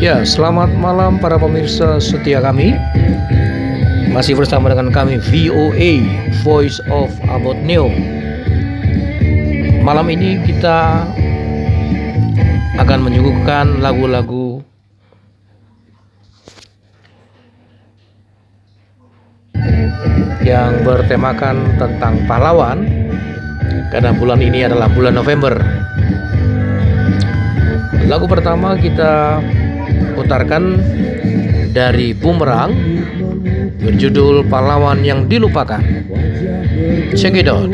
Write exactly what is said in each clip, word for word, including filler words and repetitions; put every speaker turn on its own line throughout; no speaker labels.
Ya, selamat malam para pemirsa setia kami. Masih bersama dengan kami V O A, Voice of About Neo. Malam ini kita akan menyuguhkan lagu-lagu yang bertemakan tentang pahlawan, karena bulan ini adalah bulan November. Lagu pertama kita putarkan dari Bumerang berjudul Pahlawan Yang Dilupakan. Check it out.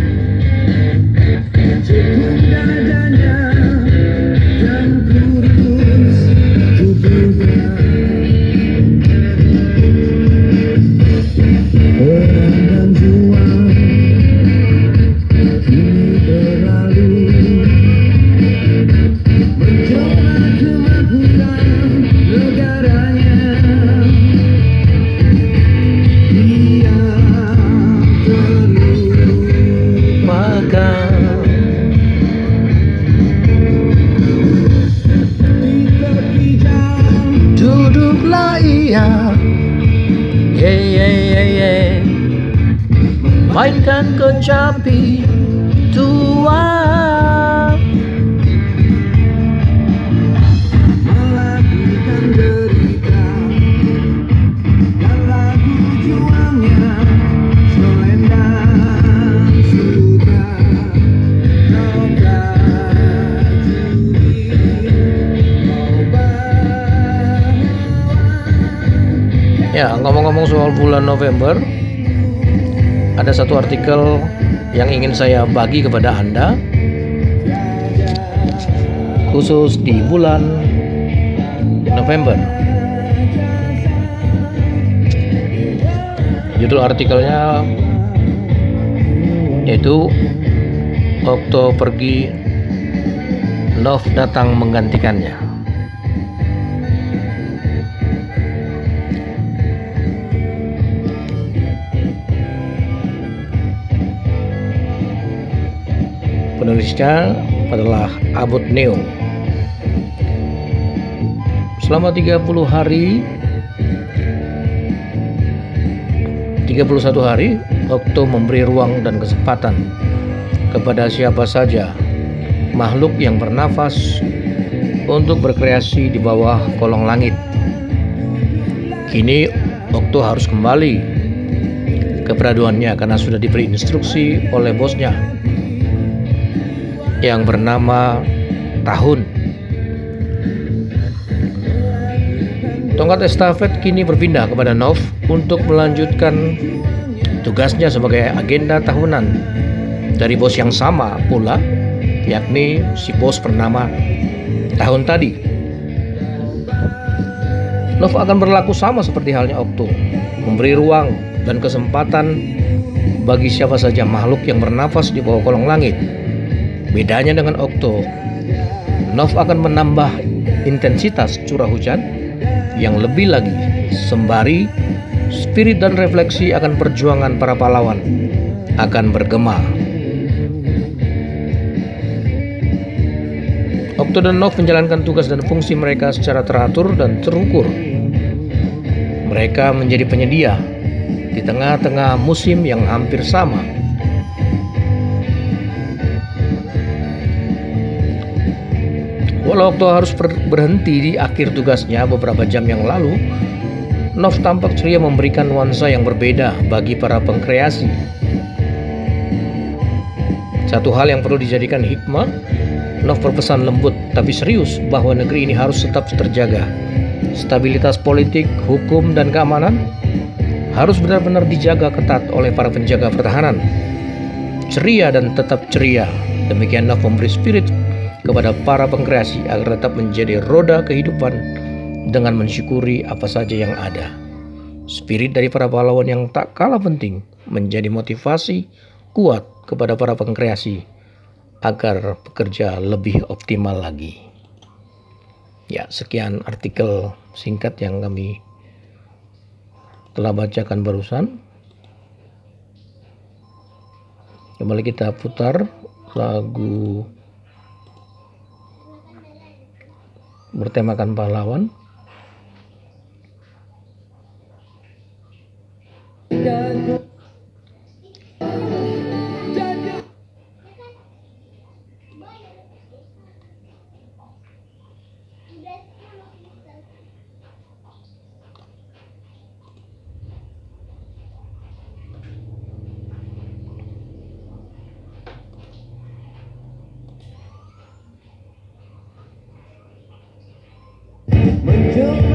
Duduklah ia, ye ye ye ye, mainkan kecapi tua, melakukan derita dan lagu juangnya selendang sutra kau Ya, ngomong-ngomong soal bulan November, ada satu artikel yang ingin saya bagi kepada Anda, khusus di bulan November. Judul artikelnya yaitu Okto pergi, Nov datang menggantikannya. Penulisnya adalah About Neo. Selama tiga puluh hari tiga puluh satu hari, Okto memberi ruang dan kesempatan kepada siapa saja makhluk yang bernafas untuk berkreasi di bawah kolong langit. Kini Okto harus kembali ke peraduannya karena sudah diberi instruksi oleh bosnya yang bernama Tahun. Tongkat estafet kini berpindah kepada Nov untuk melanjutkan tugasnya sebagai agenda tahunan dari bos yang sama pula, yakni si bos bernama Tahun tadi. Nov akan berlaku sama seperti halnya Okto, memberi ruang dan kesempatan bagi siapa saja makhluk yang bernafas di bawah kolong langit. Bedanya dengan Okto, Nov akan menambah intensitas curah hujan yang lebih lagi, sembari spirit dan refleksi akan perjuangan para pahlawan akan bergema. Okto dan Nov menjalankan tugas dan fungsi mereka secara teratur dan terukur. Mereka menjadi penyedia di tengah-tengah musim yang hampir sama. Walau Okto harus berhenti di akhir tugasnya beberapa jam yang lalu, Nov tampak ceria memberikan nuansa yang berbeda bagi para pengkreasi. Satu hal yang perlu dijadikan hikmah, Nov berpesan lembut tapi serius bahwa negeri ini harus tetap terjaga. Stabilitas politik, hukum, dan keamanan harus benar-benar dijaga ketat oleh para penjaga pertahanan. Ceria dan tetap ceria, demikian Nov memberi spirit kepada para pengkreasi agar tetap menjadi roda kehidupan dengan mensyukuri apa saja yang ada. Spirit dari para pahlawan yang tak kalah penting menjadi motivasi kuat kepada para pengkreasi agar bekerja lebih optimal lagi. Ya, sekian artikel singkat yang kami telah bacakan barusan. Kembali kita putar lagu bertemakan pahlawan.
Menjauh